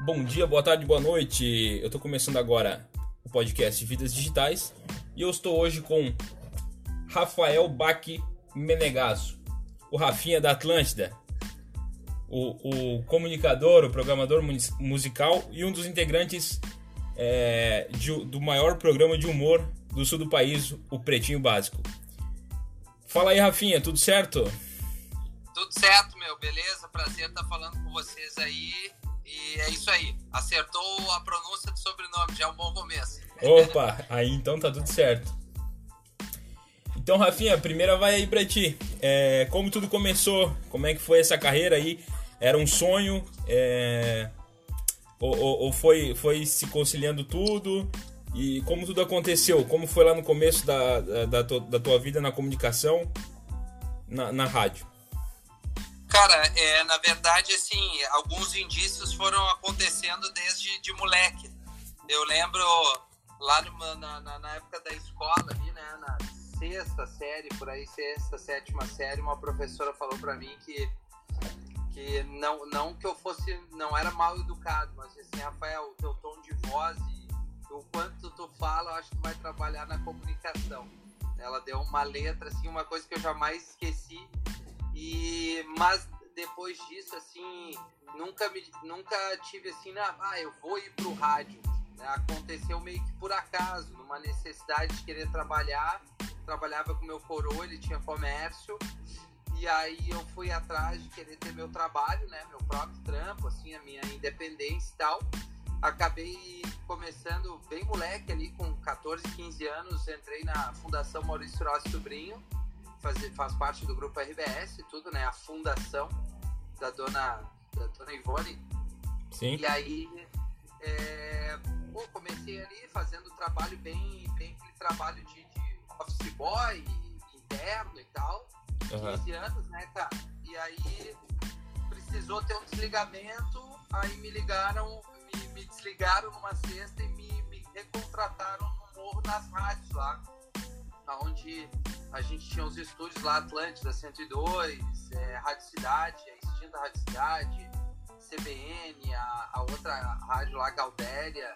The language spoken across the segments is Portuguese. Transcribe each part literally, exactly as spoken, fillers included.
Bom dia, boa tarde, boa noite. Eu estou começando agora o podcast Vidas Digitais e eu estou hoje com Rafael Bach Menegasso, o Rafinha da Atlântida, o, o comunicador, o programador musical e um dos integrantes é, de, do maior programa de humor do sul do país, o Pretinho Básico. Fala aí, Rafinha, tudo certo? Tudo certo, meu, beleza? Prazer estar falando com vocês aí. E é isso aí, acertou a pronúncia do sobrenome, já é um bom começo. Opa, aí então tá tudo certo. Então, Rafinha, a primeira vai aí pra ti. É, como tudo começou? Como é que foi essa carreira aí? Era um sonho? É, ou ou foi, foi se conciliando tudo? E como tudo aconteceu? Como foi lá no começo da, da, da, tua, da tua vida na comunicação, na, na rádio? Cara, é, na verdade, assim, alguns indícios foram acontecendo desde de moleque. Eu lembro lá no, na, na, na época da escola, ali, né, na sexta série, por aí, sexta, sétima série, uma professora falou pra mim que, que não, não que eu fosse, não era mal educado, mas assim, Rafael, o teu tom de voz e o quanto tu fala, eu acho que tu vai trabalhar na comunicação. Ela deu uma letra, assim, uma coisa que eu jamais esqueci. E, mas depois disso, assim, nunca, me, nunca tive assim, ah, eu vou ir pro rádio. Aconteceu meio que por acaso, numa necessidade de querer trabalhar. Trabalhava com meu coroa, ele tinha comércio. E aí eu fui atrás de querer ter meu trabalho, né, meu próprio trampo, assim, a minha independência e tal. Acabei começando bem moleque ali, com catorze, quinze anos, entrei na Fundação Maurício Rossi Sobrinho. Faz, faz parte do grupo R B S e tudo, né? A fundação da dona, da dona Ivone. Sim. E aí, é, pô, comecei ali fazendo trabalho bem, bem aquele trabalho de, de office boy, interno e tal. Uhum. quinze anos, né, cara? E aí, precisou ter um desligamento, aí me ligaram, me, me desligaram numa sexta e me, me recontrataram no morro nas rádios lá, onde a gente tinha os estúdios lá, Atlântida cento e dois, é, Rádio Cidade, a extinta Rádio Cidade, C B N, a, a outra rádio lá, Galdéria,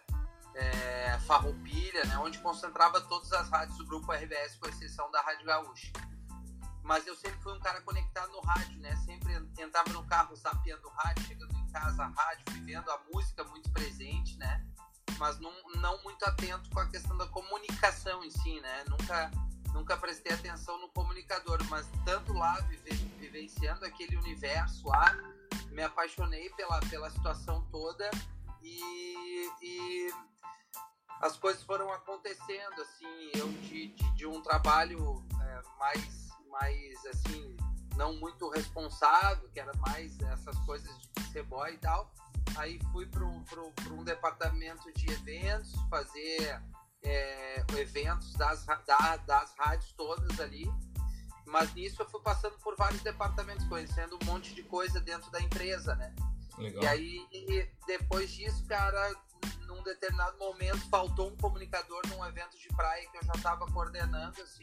é, Farroupilha, né, onde concentrava todas as rádios do grupo R B S, com exceção da Rádio Gaúcha. Mas eu sempre fui um cara conectado no rádio, né, sempre entrava no carro zapeando o rádio, chegando em casa, a rádio, vivendo a música muito presente, né, mas não, não muito atento com a questão da comunicação em si, né, nunca... Nunca prestei atenção no comunicador, mas tanto lá, vive, vivenciando aquele universo lá, me apaixonei pela, pela situação toda e, e as coisas foram acontecendo, assim, eu de, de, de um trabalho é, mais, mais, assim, não muito responsável, que era mais essas coisas de ser boy e tal, aí fui para um departamento de eventos, fazer... É, eventos das, da, das rádios todas ali, mas nisso eu fui passando por vários departamentos, conhecendo um monte de coisa dentro da empresa, né? Legal. E aí, depois disso, cara, num determinado momento, faltou um comunicador num evento de praia que eu já estava coordenando, assim,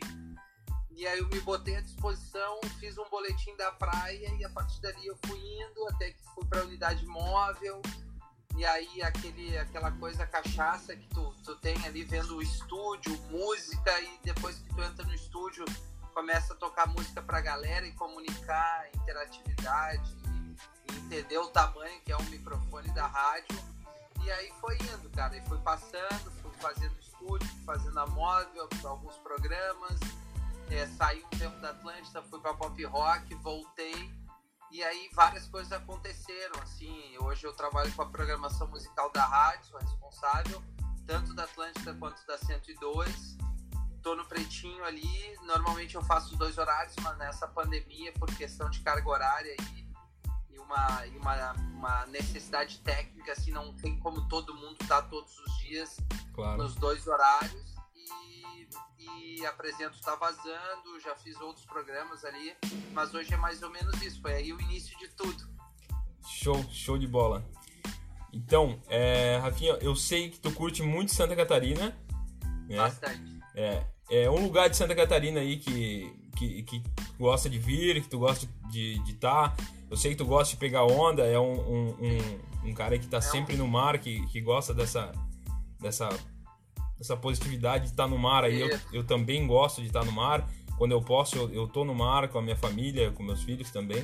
e aí eu me botei à disposição, fiz um boletim da praia e a partir dali eu fui indo, até que fui para a unidade móvel. E aí aquele, aquela coisa cachaça que tu, tu tem ali vendo o estúdio, música, e depois que tu entra no estúdio começa a tocar música pra galera e comunicar, interatividade, e, e entender o tamanho que é o microfone da rádio. E aí foi indo, cara, e fui passando, fui fazendo estúdio, fui fazendo a móvel, alguns programas, é, saí um tempo da Atlântida, fui pra Pop Rock, voltei. E aí várias coisas aconteceram, assim, hoje eu trabalho com a programação musical da rádio, sou responsável, tanto da Atlântida quanto da cento e dois, tô no Pretinho ali, normalmente eu faço os dois horários, mas nessa pandemia, por questão de carga horária e, e, uma, e uma, uma necessidade técnica, assim, não tem como todo mundo estar todos os dias, claro, nos dois horários. E apresento Tá Vazando, já fiz outros programas ali, mas hoje é mais ou menos isso, foi aí o início de tudo. Show, show de bola. Então, é, Rafinha, eu sei que tu curte muito Santa Catarina, né? Bastante. É, é um lugar de Santa Catarina aí que, que, que gosta de vir, que tu gosta de estar. Tá. Eu sei que tu gosta de pegar onda, é um, um, um, um cara que tá sempre no mar, que, que gosta dessa, dessa, dessa positividade de estar no mar. Aí eu, eu também gosto de estar no mar. Quando eu posso, eu, eu tô no mar com a minha família, com meus filhos também.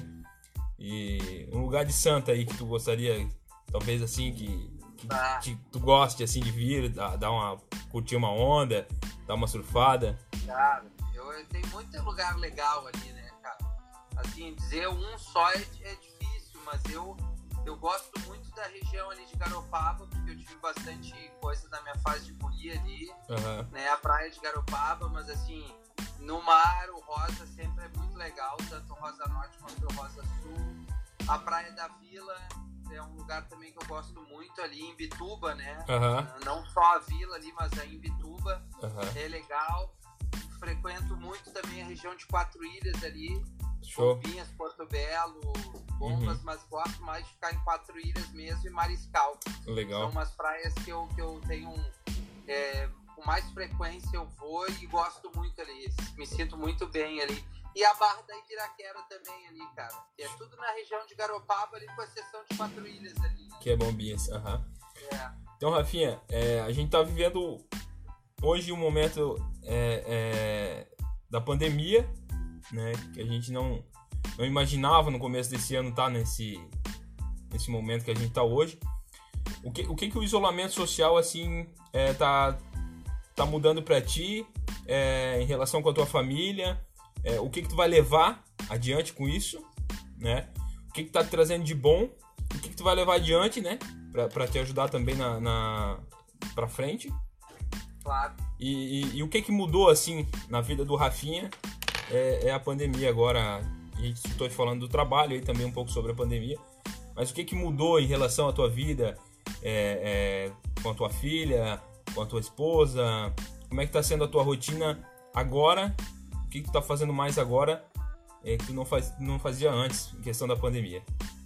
E um lugar de santa aí que tu gostaria, talvez assim, que, que, Ah. que tu goste assim de vir, dar, dar uma, curtir uma onda, dar uma surfada. Cara, eu, eu tenho muito lugar legal ali, né, cara? Assim, dizer um só é, é difícil, mas eu, eu gosto muito da região ali de Garopaba, porque eu tive bastante coisa na minha fase de guri ali, Uhum. né? A praia de Garopaba, mas assim, no mar, o Rosa sempre é muito legal, tanto o Rosa Norte quanto o Rosa Sul. A Praia da Vila é um lugar também que eu gosto muito, ali em Bituba, né? Uhum. Não só a vila ali, mas aí em Bituba, Uhum. é legal. Frequento muito também a região de Quatro Ilhas ali, Show. Bombinhas, Porto Belo, Bombas, Uhum. mas gosto mais de ficar em Quatro Ilhas mesmo e Mariscal. Legal. São umas praias que eu, que eu tenho é, com mais frequência, eu vou e gosto muito ali, me sinto muito bem ali. E a Barra da Ibiraquera também ali, cara, que é tudo na região de Garopaba ali, com exceção de Quatro Ilhas ali. Que é Bombinhas. Uhum. É. Então, Rafinha, é, a gente tá vivendo hoje um momento é, é, da pandemia, né? Que a gente não, não imaginava no começo desse ano estar nesse, nesse momento que a gente tá hoje. O que o, que que o isolamento social, assim, é, tá, tá mudando para ti é, em relação com a tua família? É, o que que tu vai levar adiante com isso, né? O que que tá te trazendo de bom? O que que tu vai levar adiante, né? Pra, pra te ajudar também na, na, pra frente. Claro. E, e, e o que que mudou, assim, na vida do Rafinha é, é a pandemia agora. A gente estou falando do trabalho aí também um pouco sobre a pandemia. Mas o que que mudou em relação à tua vida é, é, com a tua filha, com a tua esposa? Como é que tá sendo a tua rotina agora? O que que tu tá fazendo mais agora é, que tu não, faz, não fazia antes, em questão da pandemia?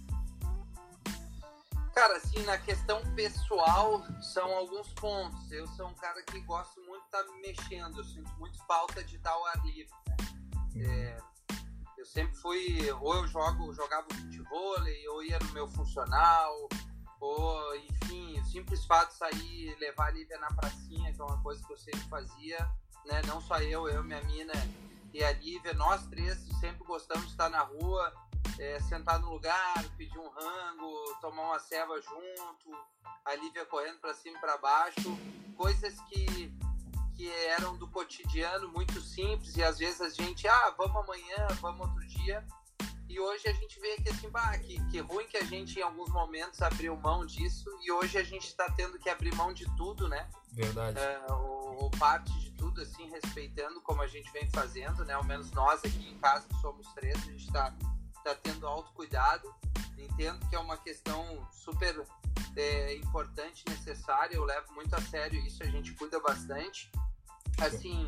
Cara, assim, na questão pessoal, são alguns pontos. Eu sou um cara que gosto muito de estar me mexendo, eu sinto muito falta de estar ao ar livre, né? É, eu sempre fui, ou eu jogo, jogava futevôlei, ou ia no meu funcional, ou, enfim, o simples fato de sair, levar a Lívia na pracinha, que é uma coisa que eu sempre fazia, né? Não só eu, eu, minha mina e a Lívia, nós três sempre gostamos de estar na rua, é, sentar no lugar, pedir um rango, tomar uma ceva junto, a Lívia correndo para cima e para baixo, coisas que, que eram do cotidiano, muito simples, e às vezes a gente, ah, vamos amanhã, vamos outro dia, e hoje a gente vê que assim, bah, que, que ruim que a gente em alguns momentos abriu mão disso, e hoje a gente está tendo que abrir mão de tudo, né? Verdade. É, ou, ou parte de tudo, assim, respeitando como a gente vem fazendo, né? Ao menos nós aqui em casa, que somos três, a gente está tá tendo autocuidado. Entendo que é uma questão super é, importante, necessária, eu levo muito a sério isso, a gente cuida bastante. Assim,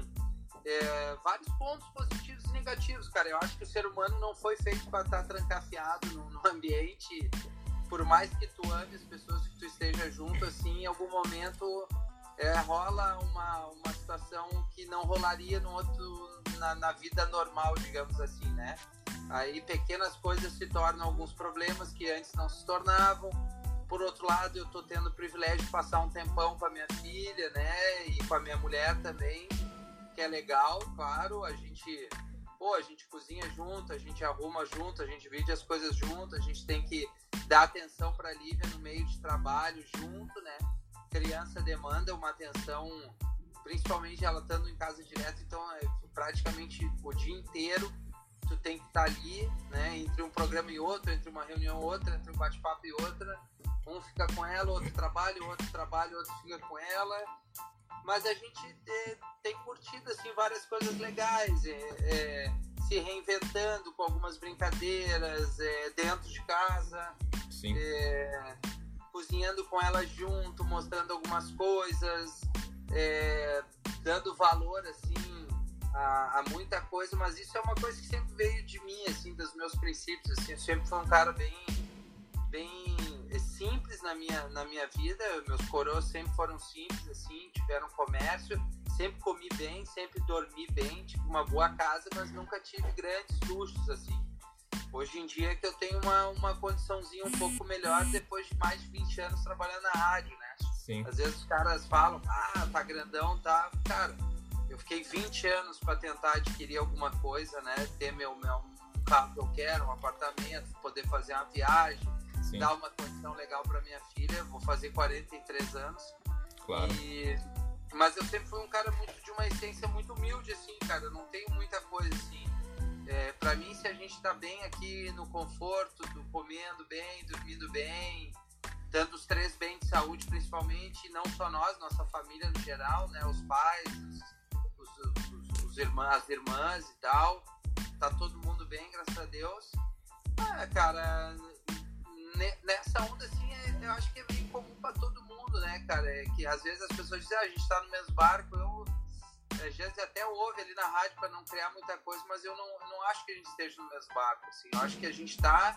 é, vários pontos positivos e negativos, cara. Eu acho que o ser humano não foi feito para estar trancafiado no, no ambiente. Por mais que tu ame as pessoas que tu esteja junto, assim, em algum momento é, rola uma, uma situação que não rolaria no outro, na, na vida normal, digamos assim, né? Aí pequenas coisas se tornam alguns problemas que antes não se tornavam. Por outro lado, eu tô tendo o privilégio de passar um tempão com a minha filha, né? E com a minha mulher também, que é legal, claro. A gente, pô, a gente cozinha junto, a gente arruma junto, a gente divide as coisas junto, a gente tem que dar atenção para a Lívia no meio de trabalho junto, né? Criança demanda uma atenção, principalmente ela estando em casa direto, então é praticamente o dia inteiro tu tem que estar ali, né? Entre um programa e outro, entre uma reunião e outra, entre um bate-papo e outra, um fica com ela, outro trabalha, outro trabalha, outro fica com ela, mas a gente é, tem curtido assim várias coisas legais, é, é, se reinventando com algumas brincadeiras é, dentro de casa. Sim. É, cozinhando com ela junto, mostrando algumas coisas, é, dando valor assim a, a muita coisa, mas isso é uma coisa que sempre veio de mim, assim, dos meus princípios, assim, eu sempre fui um cara bem, bem simples na minha, na minha vida, meus coroas sempre foram simples, assim, tiveram comércio, sempre comi bem, sempre dormi bem, tive uma boa casa, mas nunca tive grandes luxos, assim. Hoje em dia é que eu tenho uma, uma condiçãozinha um pouco melhor depois de mais de vinte anos trabalhando na rádio, né? Sim. Às vezes os caras falam, ah, tá grandão, tá... Cara, eu fiquei vinte anos para tentar adquirir alguma coisa, né? Ter meu, meu um carro que eu quero, um apartamento, poder fazer uma viagem, Sim. dar uma condição legal para minha filha. Vou fazer quarenta e três anos. Claro. E... Mas eu sempre fui um cara muito de uma essência muito humilde, assim, cara. Eu não tenho muita coisa, assim. É, para mim, se a gente tá bem aqui no conforto, do, comendo bem, dormindo bem, dando os três bem de saúde, principalmente, não só nós, nossa família no geral, né? Os pais, os, os, os, os irmãs, as irmãs e tal. Tá todo mundo bem, graças a Deus. Ah, cara, nessa onda, assim, eu acho que é bem comum pra todo mundo, né, cara? É que às vezes as pessoas dizem, ah, a gente tá no mesmo barco, eu... Às vezes até ouve ali na rádio para não criar muita coisa, mas eu não, eu não acho que a gente esteja no mesmo barco, assim. Eu acho que a gente está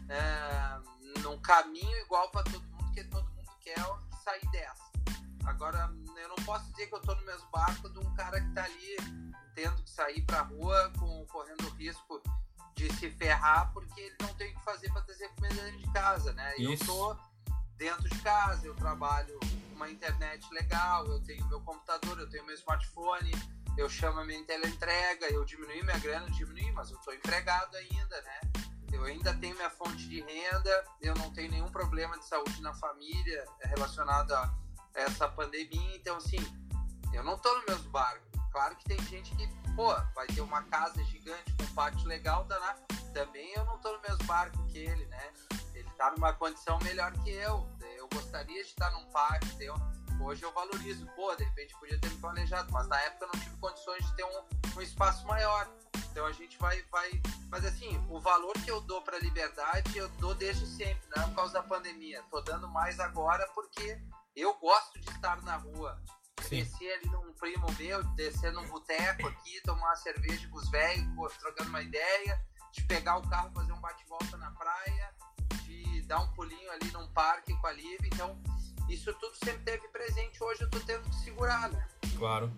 é, num caminho igual para todo mundo, que todo mundo quer sair dessa. Agora, eu não posso dizer que eu estou no mesmo barco de um cara que está ali tendo que sair para a rua, com, correndo o risco de se ferrar, porque ele não tem o que fazer para trazer comida dentro de casa, né? Isso. Eu estou dentro de casa, eu trabalho uma internet legal, eu tenho meu computador, eu tenho meu smartphone, eu chamo a minha teleentrega, eu diminui minha grana, diminui, mas eu estou empregado ainda, né? Eu ainda tenho minha fonte de renda, eu não tenho nenhum problema de saúde na família relacionado a essa pandemia, então assim, eu não estou no mesmo barco. Claro que tem gente que, pô, vai ter uma casa gigante com um pátio legal, tá, né? Também eu não estou no mesmo barco que ele, né? Ele está numa condição melhor que eu. Eu gostaria de estar num pátio. Eu, hoje eu valorizo. Pô, de repente podia ter me planejado, mas na época eu não tive condições de ter um, um espaço maior. Então a gente vai, vai... Mas assim, o valor que eu dou para a liberdade, eu dou desde sempre, não é por causa da pandemia. Tô dando mais agora porque eu gosto de estar na rua. Sim. Descer ali num primo meu, descer num boteco aqui, tomar uma cerveja com os velhos, trocando uma ideia, de pegar o carro, fazer um bate-volta na praia, de dar um pulinho ali num parque com a Liv. Então, isso tudo sempre teve presente. Hoje eu tô tendo que segurar, né? Claro.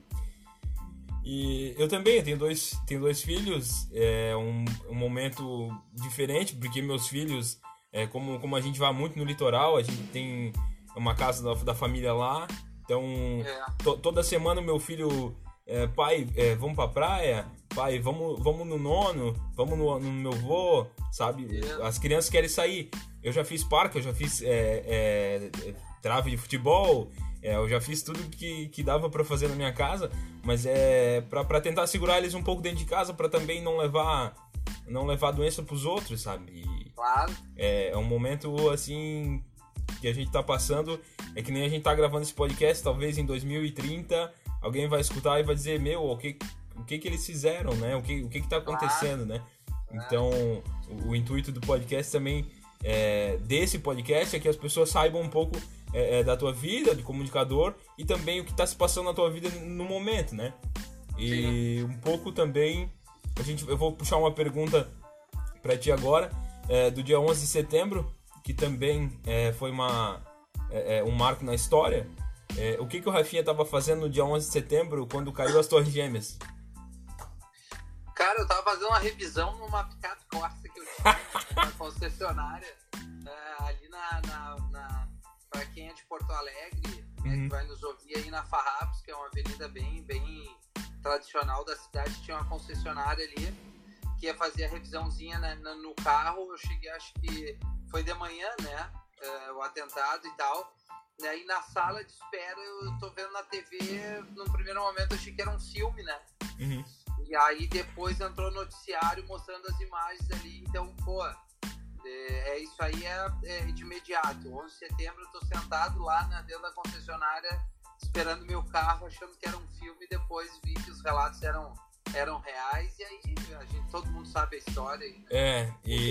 E eu também eu tenho dois, tenho dois filhos, é um, um momento diferente, porque meus filhos, é, como, como a gente vai muito no litoral, a gente tem uma casa da, da família lá, então é. to, toda semana o meu filho, é, pai, é, vamos pra praia, pai, vamos, vamos no nono, vamos no, no meu vô, sabe? É. As crianças querem sair. Eu já fiz parque, eu já fiz é, é, trave de futebol, é, eu já fiz tudo que, que dava pra fazer na minha casa, mas é pra, pra tentar segurar eles um pouco dentro de casa, pra também não levar, não levar doença pros outros, sabe? E claro. É, é um momento, assim, que a gente tá passando, é que nem a gente tá gravando esse podcast, talvez em dois mil e trinta, alguém vai escutar e vai dizer, meu, o que, o que que eles fizeram, né? O que, o que que tá acontecendo, né? Então, o, o intuito do podcast também, é, desse podcast, é que as pessoas saibam um pouco É, é, da tua vida de comunicador e também o que está se passando na tua vida no momento, né? E Sim. um pouco também, a gente, eu vou puxar uma pergunta para ti agora, é, do dia onze de setembro, que também é, foi uma, é, um marco na história. É, o que, que o Rafinha estava fazendo no dia onze de setembro, quando caiu as Torres Gêmeas? Cara, eu tava fazendo uma revisão numa picape Corsa que eu tinha na concessionária, é, ali na... na, na... para quem é de Porto Alegre, né, uhum. que vai nos ouvir aí na Farrapos, que é uma avenida bem, bem tradicional da cidade, tinha uma concessionária ali, que ia fazer a revisãozinha na, na, no carro. Eu cheguei, acho que foi de manhã, né, uh, o atentado e tal, e aí na sala de espera eu tô vendo na T V, no primeiro momento eu achei que era um filme, né, uhum. e aí depois entrou o noticiário mostrando as imagens ali, então, pô, é, isso aí é, é de imediato. onze de setembro eu tô sentado lá na, dentro da concessionária esperando meu carro, achando que era um filme, e depois vi que os relatos eram, eram reais, e aí a gente, todo mundo sabe a história aí, né? É, e,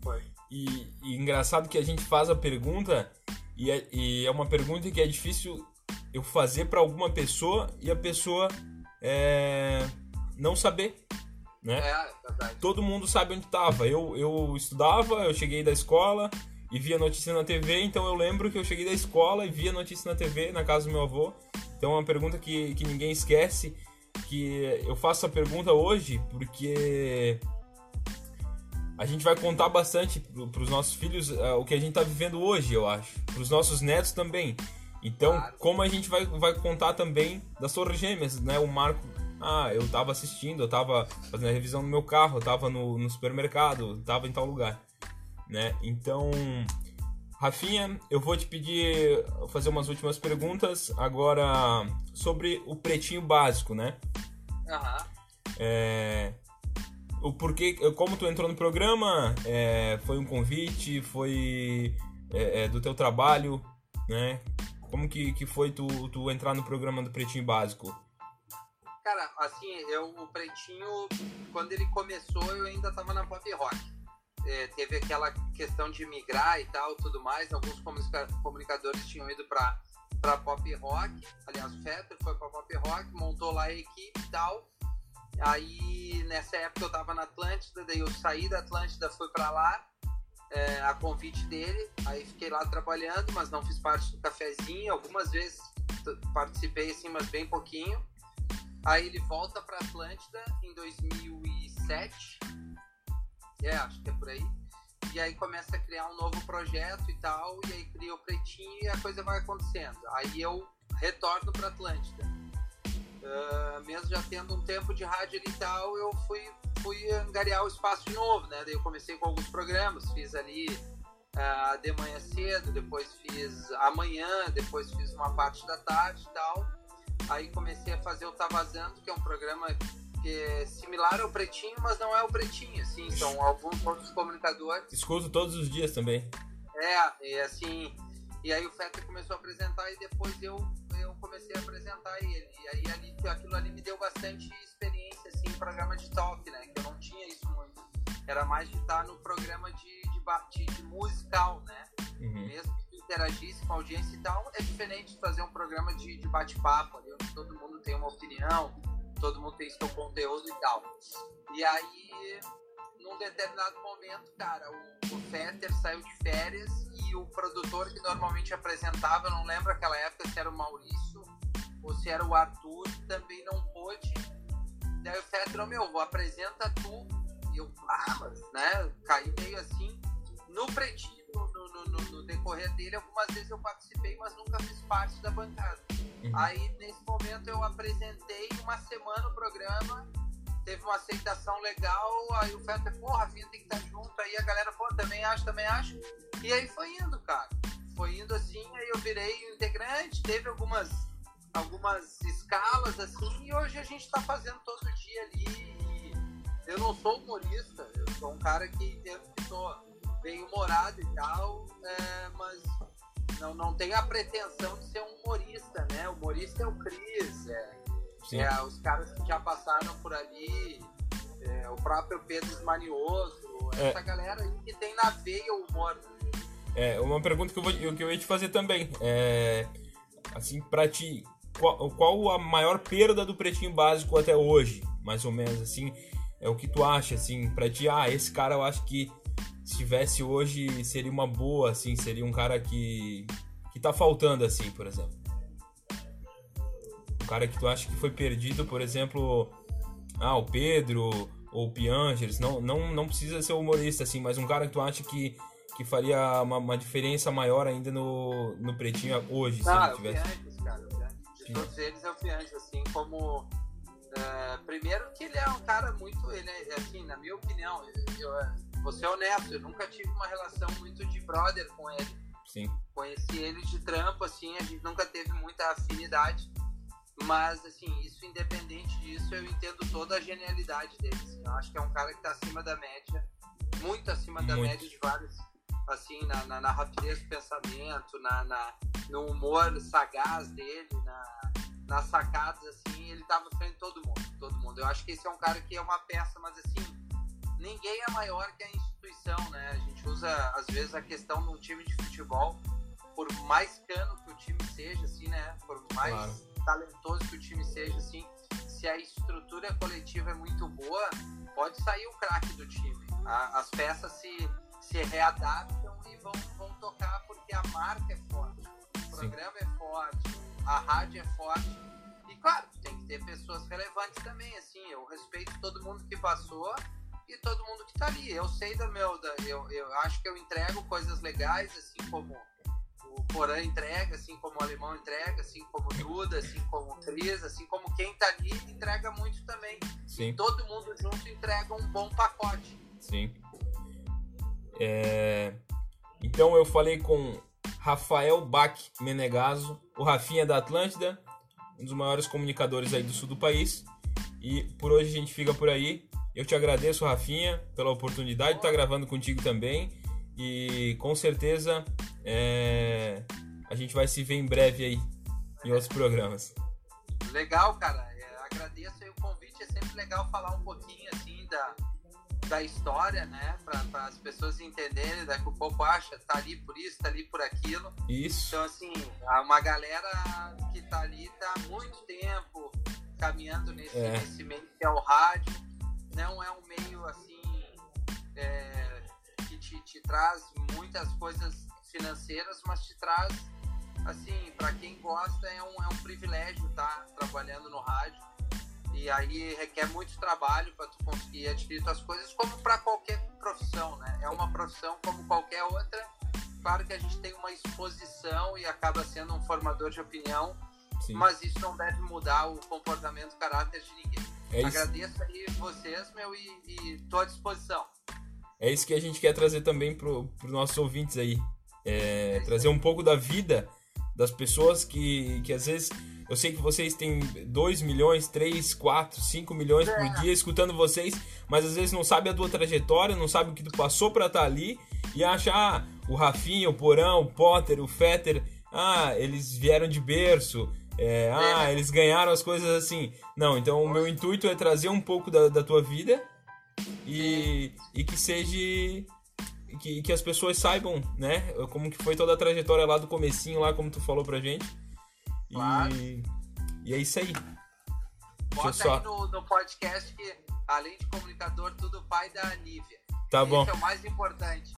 e, e engraçado que a gente faz a pergunta e é, e é uma pergunta que é difícil eu fazer para alguma pessoa e a pessoa é, não saber, né? É, verdade. Todo mundo sabe onde estava. Eu, eu estudava, eu cheguei da escola e via notícia na T V, então eu lembro que eu cheguei da escola e via notícia na T V, na casa do meu avô, Então é uma pergunta que, que ninguém esquece, que eu faço essa pergunta hoje porque a gente vai contar bastante para os nossos filhos uh, o que a gente está vivendo hoje, eu acho. Para os nossos netos também. Então, claro. Como a gente vai, vai contar também das Torres Gêmeas, né? O Marco, ah, eu estava assistindo, eu estava fazendo a revisão no meu carro, eu estava no, no supermercado, eu estava em tal lugar, né? Então, Rafinha, eu vou te pedir fazer umas últimas perguntas agora sobre o Pretinho Básico, né? Aham. É... O porquê, como tu entrou no programa, é, foi um convite, foi é, é, do teu trabalho, né? Como que, que foi tu, tu entrar no programa do Pretinho Básico? Cara, assim, eu, o Pretinho, quando ele começou, eu ainda tava na Pop Rock. É, teve aquela questão de migrar e tal, tudo mais. Alguns comunicadores tinham ido pra, pra Pop Rock. Aliás, o Fetter foi pra Pop Rock, montou lá a equipe e tal. Aí, nessa época, eu tava na Atlântida, daí eu saí da Atlântida, fui pra lá, é, a convite dele, aí fiquei lá trabalhando, mas não fiz parte do cafezinho, algumas vezes participei, assim, mas bem pouquinho. Aí ele volta pra Atlântida em dois mil e sete, é, acho que é por aí, e aí começa a criar um novo projeto e tal, e aí cria o Pretinho e a coisa vai acontecendo. Aí eu retorno pra Atlântida. Uh, mesmo já tendo um tempo de rádio ali e tal, eu fui, fui angariar o espaço de novo, né? Daí eu comecei com alguns programas, fiz ali uh, de manhã cedo, depois fiz amanhã, depois fiz uma parte da tarde e tal. Aí comecei a fazer o Tá Vazando, que é um programa que é similar ao Pretinho, mas não é o Pretinho, assim, são alguns outros comunicadores. Escuto todos os dias também. É, e assim, e aí o Fetter começou a apresentar e depois eu eu comecei a apresentar ele, e aí ali, aquilo ali me deu bastante experiência, assim, em programa de talk, né, que eu não tinha isso muito, era mais de estar no programa de, de, de musical, né, uhum. Mesmo que interagisse com a audiência e tal, é diferente de fazer um programa de, de bate-papo, ali, onde todo mundo tem uma opinião, todo mundo tem seu conteúdo e tal, e aí, num determinado momento, cara, o, o Fetter saiu de férias, e o produtor que normalmente apresentava, eu não lembro aquela época se era o Maurício ou se era o Arthur, também não pôde. Daí o Fetter, oh, meu, apresenta tu. E eu, ah, mas, né, caí meio assim. No Pretinho, no, no, no, no decorrer dele, algumas vezes eu participei, mas nunca fiz parte da bancada. Uhum. Aí, nesse momento, eu apresentei uma semana o programa, teve uma aceitação legal, aí o Fetter, pô, Rafinha tem que estar junto, aí a galera, pô, também acho, também acho. E aí foi indo, cara. Foi indo assim, aí eu virei integrante, teve algumas, algumas escalas assim, e hoje a gente tá fazendo todo dia ali. Eu não sou humorista, eu sou um cara que entendo que sou bem humorado e tal, é, mas não, não tenho a pretensão de ser um humorista, né? O humorista é o Cris, é, é os caras que já passaram por ali, é, o próprio Pedro Esmanioso, essa é. galera aí que tem na veia o humor. É, uma pergunta que eu, vou, que eu ia te fazer também, é, assim, pra ti, qual, qual a maior perda do Pretinho Básico até hoje, mais ou menos, assim, é o que tu acha, assim, pra ti, ah, esse cara eu acho que se tivesse hoje seria uma boa, assim, seria um cara que, que tá faltando, assim, por exemplo. Um cara que tu acha que foi perdido, por exemplo, ah, o Pedro ou o Piangers, não, não, não precisa ser humorista, assim, mas um cara que tu acha que que faria uma, uma diferença maior ainda no, no Pretinho hoje, se ah, ele tivesse... Ah, o Piangers, cara, o Piangers. De Sim. todos eles é o Piangers, assim, como... Uh, primeiro que ele é um cara muito... Ele é, assim, na minha opinião, eu, eu, vou ser honesto, eu nunca tive uma relação muito de brother com ele. Sim. Conheci ele de trampo, assim, a gente nunca teve muita afinidade, mas, assim, isso independente disso, eu entendo toda a genialidade dele, assim, eu acho que é um cara que tá acima da média, muito acima da muito. média de vários... assim, na, na, na rapidez do pensamento, na, na, no humor sagaz dele, na, nas sacadas, assim, ele tava frente de todo mundo, todo mundo. Eu acho que esse é um cara que é uma peça, mas assim, ninguém é maior que a instituição, né? A gente usa, às vezes, a questão de um time de futebol, por mais cano que o time seja, assim, né? Por mais claro. talentoso que o time seja, assim, se a estrutura coletiva é muito boa, pode sair o craque do time. A, as peças se... se readaptam e vão, vão tocar porque a marca é forte, o programa Sim. é forte, a rádio é forte. E claro, tem que ter pessoas relevantes também, assim, eu respeito todo mundo que passou e todo mundo que tá ali. Eu sei da meu, da, eu, eu acho que eu entrego coisas legais, assim como o Porã entrega, assim como o Alemão entrega, assim como o Duda, assim como o Cris, assim como quem tá ali entrega muito também. Sim. E todo mundo junto entrega um bom pacote. Sim. É... Então eu falei com Rafael Bach Menegaso, o Rafinha da Atlântida, um dos maiores comunicadores aí do sul do país. E por hoje a gente fica por aí. Eu te agradeço, Rafinha, pela oportunidade de estar gravando contigo também. E com certeza é... a gente vai se ver em breve aí em outros programas. Legal, cara. É, agradeço aí o convite. É sempre legal falar um pouquinho assim da, da história, né? Para as pessoas entenderem, né, que o povo acha, tá ali por isso, tá ali por aquilo. Isso. Então, assim, uma galera que tá ali tá há muito tempo caminhando nesse, é. nesse meio que é o rádio. Não é um meio, assim, é, que te, te traz muitas coisas financeiras, mas te traz, assim, para quem gosta, é um, é um privilégio estar trabalhando no rádio. E aí requer muito trabalho para tu conseguir adquirir tuas coisas, como para qualquer profissão, né? É uma profissão como qualquer outra. Claro que a gente tem uma exposição e acaba sendo um formador de opinião, sim, mas isso não deve mudar o comportamento, o caráter de ninguém. É Agradeço aí vocês, meu, e, e tô à disposição. É isso que a gente quer trazer também para os nossos ouvintes aí. É, é trazer um pouco da vida das pessoas que, que às vezes... Eu sei que vocês têm dois milhões, três, quatro, cinco milhões por dia escutando vocês, mas às vezes não sabe a tua trajetória, não sabe o que tu passou pra estar ali e acha, ah, o Rafinha, o Porão, o Potter, o Fetter, ah, eles vieram de berço, é, ah, eles ganharam as coisas assim. Não, então o meu intuito é trazer um pouco da, da tua vida e, e que seja... Que, que as pessoas saibam, né, como que foi toda a trajetória lá do comecinho, lá como tu falou pra gente. Claro. E, e é isso aí. Bota só... aí no, no podcast que, além de comunicador, tudo pai da Nívia. Tá Esse bom. é o mais importante.